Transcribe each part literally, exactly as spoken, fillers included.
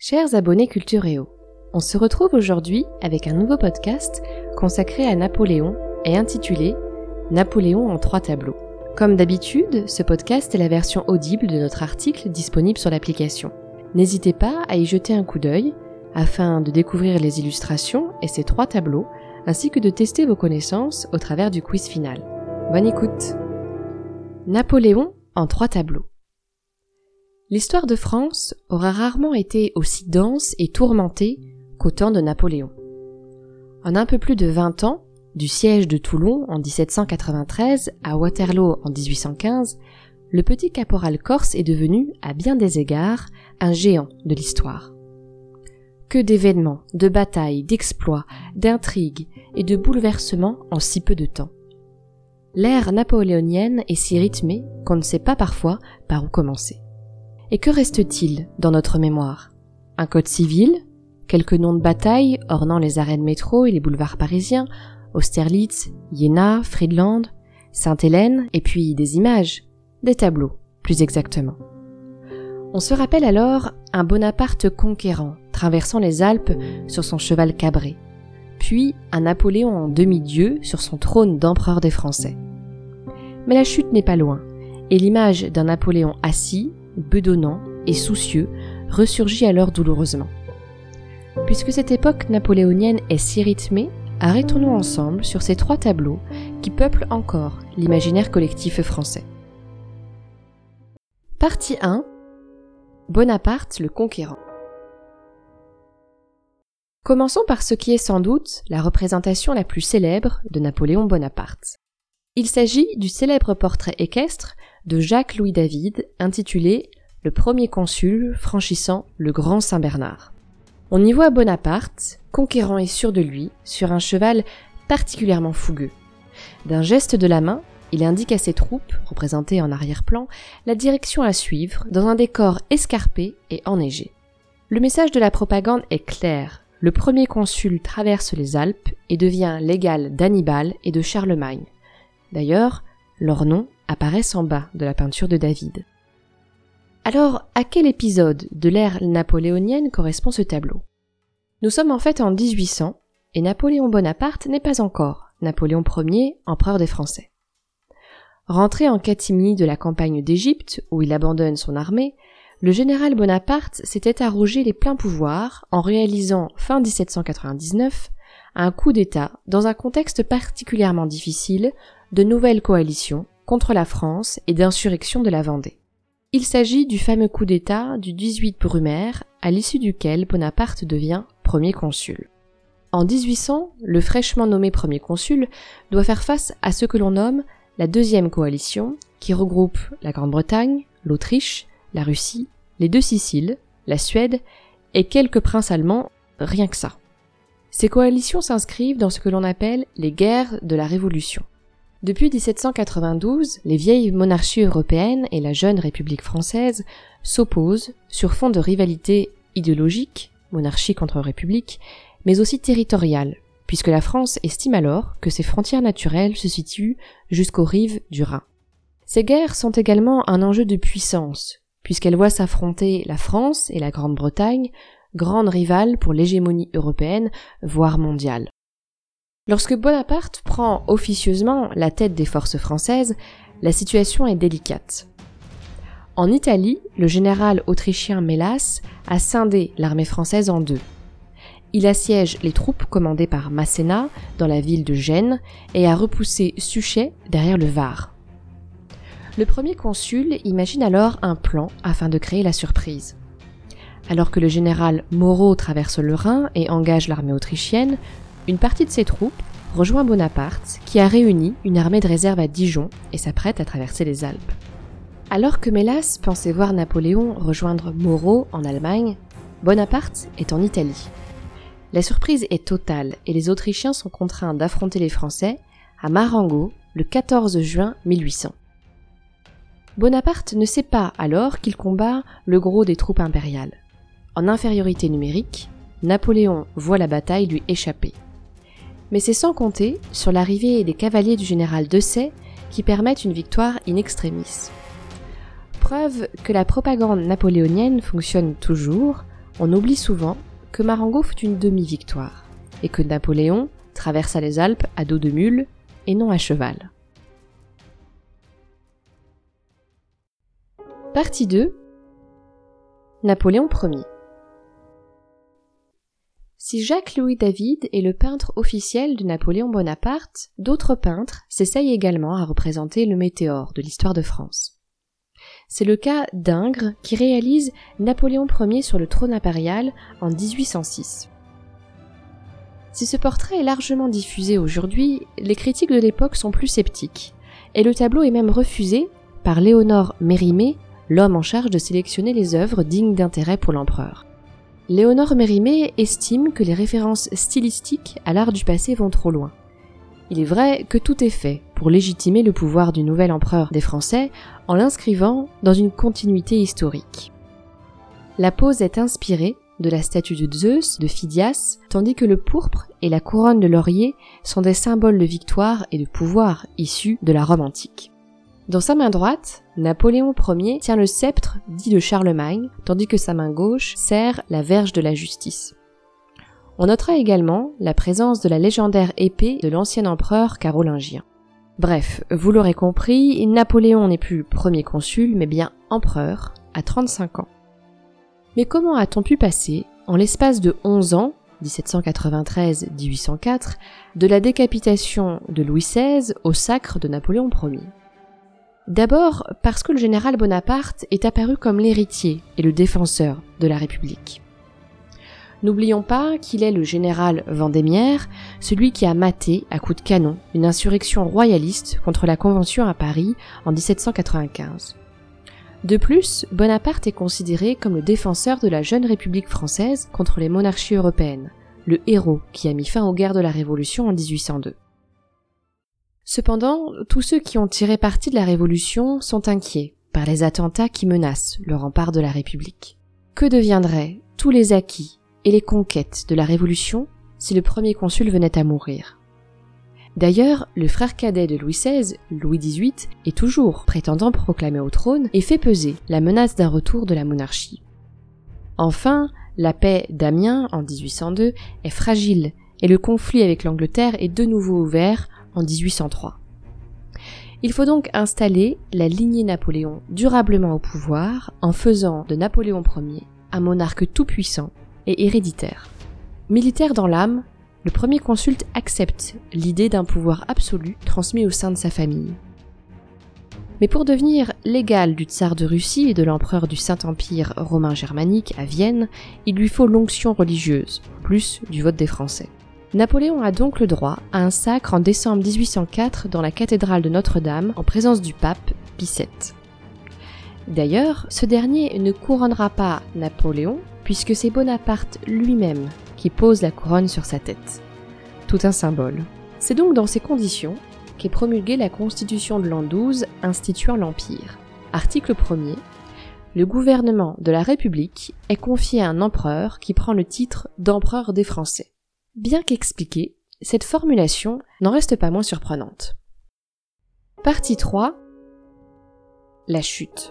Chers abonnés Culturéo, on se retrouve aujourd'hui avec un nouveau podcast consacré à Napoléon et intitulé « Napoléon en trois tableaux ». Comme d'habitude, ce podcast est la version audible de notre article disponible sur l'application. N'hésitez pas à y jeter un coup d'œil afin de découvrir les illustrations et ces trois tableaux, ainsi que de tester vos connaissances au travers du quiz final. Bonne écoute! Napoléon en trois tableaux. L'histoire de France aura rarement été aussi dense et tourmentée qu'au temps de Napoléon. En un peu plus de vingt ans, du siège de Toulon en dix-sept cent quatre-vingt-treize à Waterloo en dix-huit cent quinze, le petit caporal corse est devenu, à bien des égards, un géant de l'histoire. Que d'événements, de batailles, d'exploits, d'intrigues et de bouleversements en si peu de temps. L'ère napoléonienne est si rythmée qu'on ne sait pas parfois par où commencer. Et que reste-t-il dans notre mémoire? Un code civil, quelques noms de batailles ornant les arènes métro et les boulevards parisiens, Austerlitz, Iéna, Friedland, Sainte-Hélène, et puis des images, des tableaux, plus exactement. On se rappelle alors un Bonaparte conquérant, traversant les Alpes sur son cheval cabré, puis un Napoléon en demi-dieu sur son trône d'empereur des Français. Mais la chute n'est pas loin, et l'image d'un Napoléon assis, bedonnant et soucieux ressurgit alors douloureusement. Puisque cette époque napoléonienne est si rythmée, arrêtons-nous ensemble sur ces trois tableaux qui peuplent encore l'imaginaire collectif français. Partie un. Bonaparte le conquérant. Commençons par ce qui est sans doute la représentation la plus célèbre de Napoléon Bonaparte. Il s'agit du célèbre portrait équestre de Jacques-Louis David intitulé « Le premier consul franchissant le Grand Saint-Bernard ». On y voit Bonaparte, conquérant et sûr de lui, sur un cheval particulièrement fougueux. D'un geste de la main, il indique à ses troupes, représentées en arrière-plan, la direction à suivre dans un décor escarpé et enneigé. Le message de la propagande est clair. Le premier consul traverse les Alpes et devient l'égal d'Hannibal et de Charlemagne. D'ailleurs, leurs noms apparaissent en bas de la peinture de David. Alors, à quel épisode de l'ère napoléonienne correspond ce tableau? Nous sommes en fait en dix-huit cents, et Napoléon Bonaparte n'est pas encore Napoléon Ier, empereur des Français. Rentré en catimini de la campagne d'Égypte, où il abandonne son armée, le général Bonaparte s'était arrogé les pleins pouvoirs en réalisant, fin dix-sept cent quatre-vingt-dix-neuf, un coup d'État dans un contexte particulièrement difficile de nouvelles coalitions contre la France et d'insurrection de la Vendée. Il s'agit du fameux coup d'État du dix-huit Brumaire, à l'issue duquel Bonaparte devient premier consul. En dix-huit cents, le fraîchement nommé premier consul doit faire face à ce que l'on nomme la deuxième coalition, qui regroupe la Grande-Bretagne, l'Autriche, la Russie, les deux Siciles, la Suède et quelques princes allemands, rien que ça. Ces coalitions s'inscrivent dans ce que l'on appelle les guerres de la Révolution. Depuis dix-sept cent quatre-vingt-douze, les vieilles monarchies européennes et la jeune République française s'opposent sur fond de rivalité idéologique, monarchie contre république, mais aussi territoriale, puisque la France estime alors que ses frontières naturelles se situent jusqu'aux rives du Rhin. Ces guerres sont également un enjeu de puissance, puisqu'elles voient s'affronter la France et la Grande-Bretagne, grandes rivales pour l'hégémonie européenne, voire mondiale. Lorsque Bonaparte prend officieusement la tête des forces françaises, la situation est délicate. En Italie, le général autrichien Mélas a scindé l'armée française en deux. Il assiège les troupes commandées par Masséna dans la ville de Gênes et a repoussé Suchet derrière le Var. Le premier consul imagine alors un plan afin de créer la surprise. Alors que le général Moreau traverse le Rhin et engage l'armée autrichienne, une partie de ses troupes rejoint Bonaparte, qui a réuni une armée de réserve à Dijon et s'apprête à traverser les Alpes. Alors que Mélas pensait voir Napoléon rejoindre Moreau en Allemagne, Bonaparte est en Italie. La surprise est totale et les Autrichiens sont contraints d'affronter les Français à Marengo le quatorze juin mille huit cents. Bonaparte ne sait pas alors qu'il combat le gros des troupes impériales. En infériorité numérique, Napoléon voit la bataille lui échapper. Mais c'est sans compter sur l'arrivée des cavaliers du général Desaix qui permettent une victoire in extremis. Preuve que la propagande napoléonienne fonctionne toujours, on oublie souvent que Marengo fut une demi-victoire, et que Napoléon traversa les Alpes à dos de mule et non à cheval. Partie deux. Napoléon Ier. Si Jacques-Louis David est le peintre officiel de Napoléon Bonaparte, d'autres peintres s'essayent également à représenter le météore de l'histoire de France. C'est le cas d'Ingres qui réalise Napoléon Ier sur le trône impérial en dix-huit cent six. Si ce portrait est largement diffusé aujourd'hui, les critiques de l'époque sont plus sceptiques, et le tableau est même refusé par Léonore Mérimée, l'homme en charge de sélectionner les œuvres dignes d'intérêt pour l'empereur. Léonore Mérimée estime que les références stylistiques à l'art du passé vont trop loin. Il est vrai que tout est fait pour légitimer le pouvoir du nouvel empereur des Français en l'inscrivant dans une continuité historique. La pose est inspirée de la statue de Zeus de Phidias, tandis que le pourpre et la couronne de laurier sont des symboles de victoire et de pouvoir issus de la Rome antique. Dans sa main droite, Napoléon Ier tient le sceptre dit de Charlemagne, tandis que sa main gauche serre la verge de la justice. On notera également la présence de la légendaire épée de l'ancien empereur carolingien. Bref, vous l'aurez compris, Napoléon n'est plus premier consul, mais bien empereur, à trente-cinq ans. Mais comment a-t-on pu passer, en l'espace de onze ans, dix-sept cent quatre-vingt-treize à dix-huit cent quatre, de la décapitation de Louis seize au sacre de Napoléon Ier ? D'abord parce que le général Bonaparte est apparu comme l'héritier et le défenseur de la République. N'oublions pas qu'il est le général Vendémiaire, celui qui a maté à coups de canon une insurrection royaliste contre la Convention à Paris en dix-sept cent quatre-vingt-quinze. De plus, Bonaparte est considéré comme le défenseur de la jeune République française contre les monarchies européennes, le héros qui a mis fin aux guerres de la Révolution en dix-huit cent deux. Cependant, tous ceux qui ont tiré parti de la Révolution sont inquiets par les attentats qui menacent le rempart de la République. Que deviendraient tous les acquis et les conquêtes de la Révolution si le premier consul venait à mourir? D'ailleurs, le frère cadet de Louis seize, Louis dix-huit, est toujours prétendant proclamé au trône et fait peser la menace d'un retour de la monarchie. Enfin, la paix d'Amiens en dix-huit cent deux est fragile et le conflit avec l'Angleterre est de nouveau ouvert en dix-huit cent trois. Il faut donc installer la lignée Napoléon durablement au pouvoir en faisant de Napoléon Ier un monarque tout-puissant et héréditaire. Militaire dans l'âme, le premier consul accepte l'idée d'un pouvoir absolu transmis au sein de sa famille. Mais pour devenir l'égal du tsar de Russie et de l'empereur du Saint-Empire romain germanique à Vienne, il lui faut l'onction religieuse, plus du vote des Français. Napoléon a donc le droit à un sacre en décembre dix-huit cent quatre dans la cathédrale de Notre-Dame en présence du pape Pie sept. D'ailleurs, ce dernier ne couronnera pas Napoléon puisque c'est Bonaparte lui-même qui pose la couronne sur sa tête. Tout un symbole. C'est donc dans ces conditions qu'est promulguée la Constitution de l'an douze instituant l'Empire. Article premier. Le gouvernement de la République est confié à un empereur qui prend le titre d'empereur des Français. Bien qu'expliquée, cette formulation n'en reste pas moins surprenante. Partie trois. La chute.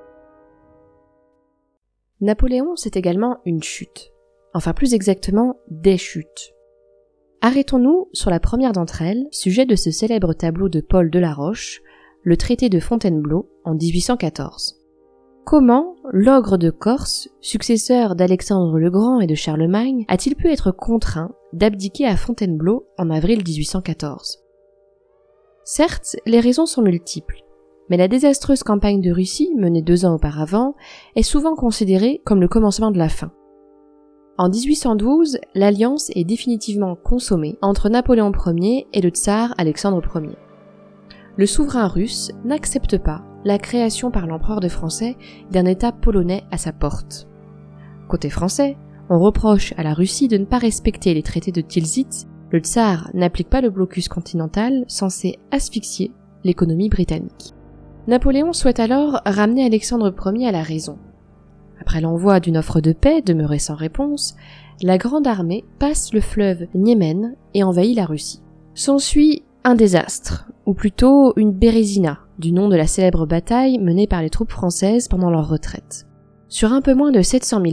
Napoléon, c'est également une chute. Enfin plus exactement, des chutes. Arrêtons-nous sur la première d'entre elles, sujet de ce célèbre tableau de Paul Delaroche, le traité de Fontainebleau en dix-huit cent quatorze. Comment l'ogre de Corse, successeur d'Alexandre le Grand et de Charlemagne, a-t-il pu être contraint d'abdiquer à Fontainebleau en avril dix-huit cent quatorze? Certes, les raisons sont multiples, mais la désastreuse campagne de Russie, menée deux ans auparavant, est souvent considérée comme le commencement de la fin. En dix-huit cent douze, l'alliance est définitivement consommée entre Napoléon Ier et le tsar Alexandre Ier. Le souverain russe n'accepte pas la création par l'empereur de Français d'un État polonais à sa porte. Côté français, on reproche à la Russie de ne pas respecter les traités de Tilsit. Le tsar n'applique pas le blocus continental censé asphyxier l'économie britannique. Napoléon souhaite alors ramener Alexandre Ier à la raison. Après l'envoi d'une offre de paix demeurée sans réponse, la grande armée passe le fleuve Niémen et envahit la Russie. S'ensuit un désastre, ou plutôt une bérésina, du nom de la célèbre bataille menée par les troupes françaises pendant leur retraite. Sur un peu moins de sept cent mille hommes,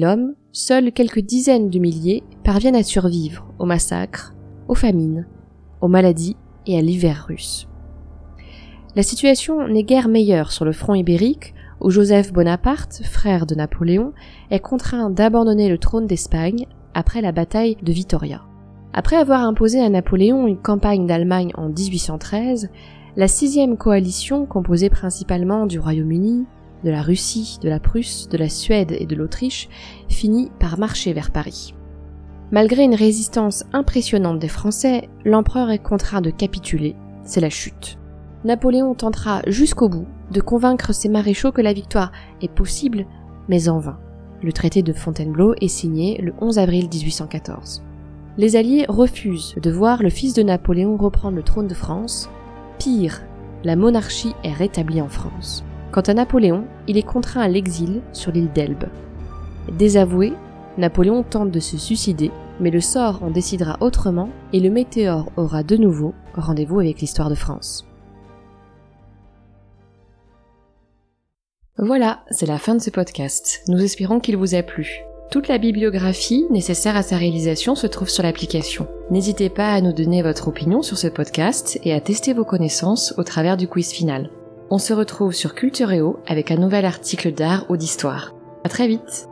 seules quelques dizaines de milliers parviennent à survivre aux massacres, aux famines, aux maladies et à l'hiver russe. La situation n'est guère meilleure sur le front ibérique, où Joseph Bonaparte, frère de Napoléon, est contraint d'abandonner le trône d'Espagne après la bataille de Vittoria. Après avoir imposé à Napoléon une campagne d'Allemagne en dix-huit cent treize, la sixième coalition, composée principalement du Royaume-Uni, de la Russie, de la Prusse, de la Suède et de l'Autriche, finit par marcher vers Paris. Malgré une résistance impressionnante des Français, l'empereur est contraint de capituler, c'est la chute. Napoléon tentera jusqu'au bout de convaincre ses maréchaux que la victoire est possible, mais en vain. Le traité de Fontainebleau est signé le onze avril dix-huit cent quatorze. Les Alliés refusent de voir le fils de Napoléon reprendre le trône de France. Pire, la monarchie est rétablie en France. Quant à Napoléon, il est contraint à l'exil sur l'île d'Elbe. Désavoué, Napoléon tente de se suicider, mais le sort en décidera autrement et le météore aura de nouveau rendez-vous avec l'histoire de France. Voilà, c'est la fin de ce podcast. Nous espérons qu'il vous a plu. Toute la bibliographie nécessaire à sa réalisation se trouve sur l'application. N'hésitez pas à nous donner votre opinion sur ce podcast et à tester vos connaissances au travers du quiz final. On se retrouve sur Cultureo avec un nouvel article d'art ou d'histoire. À très vite!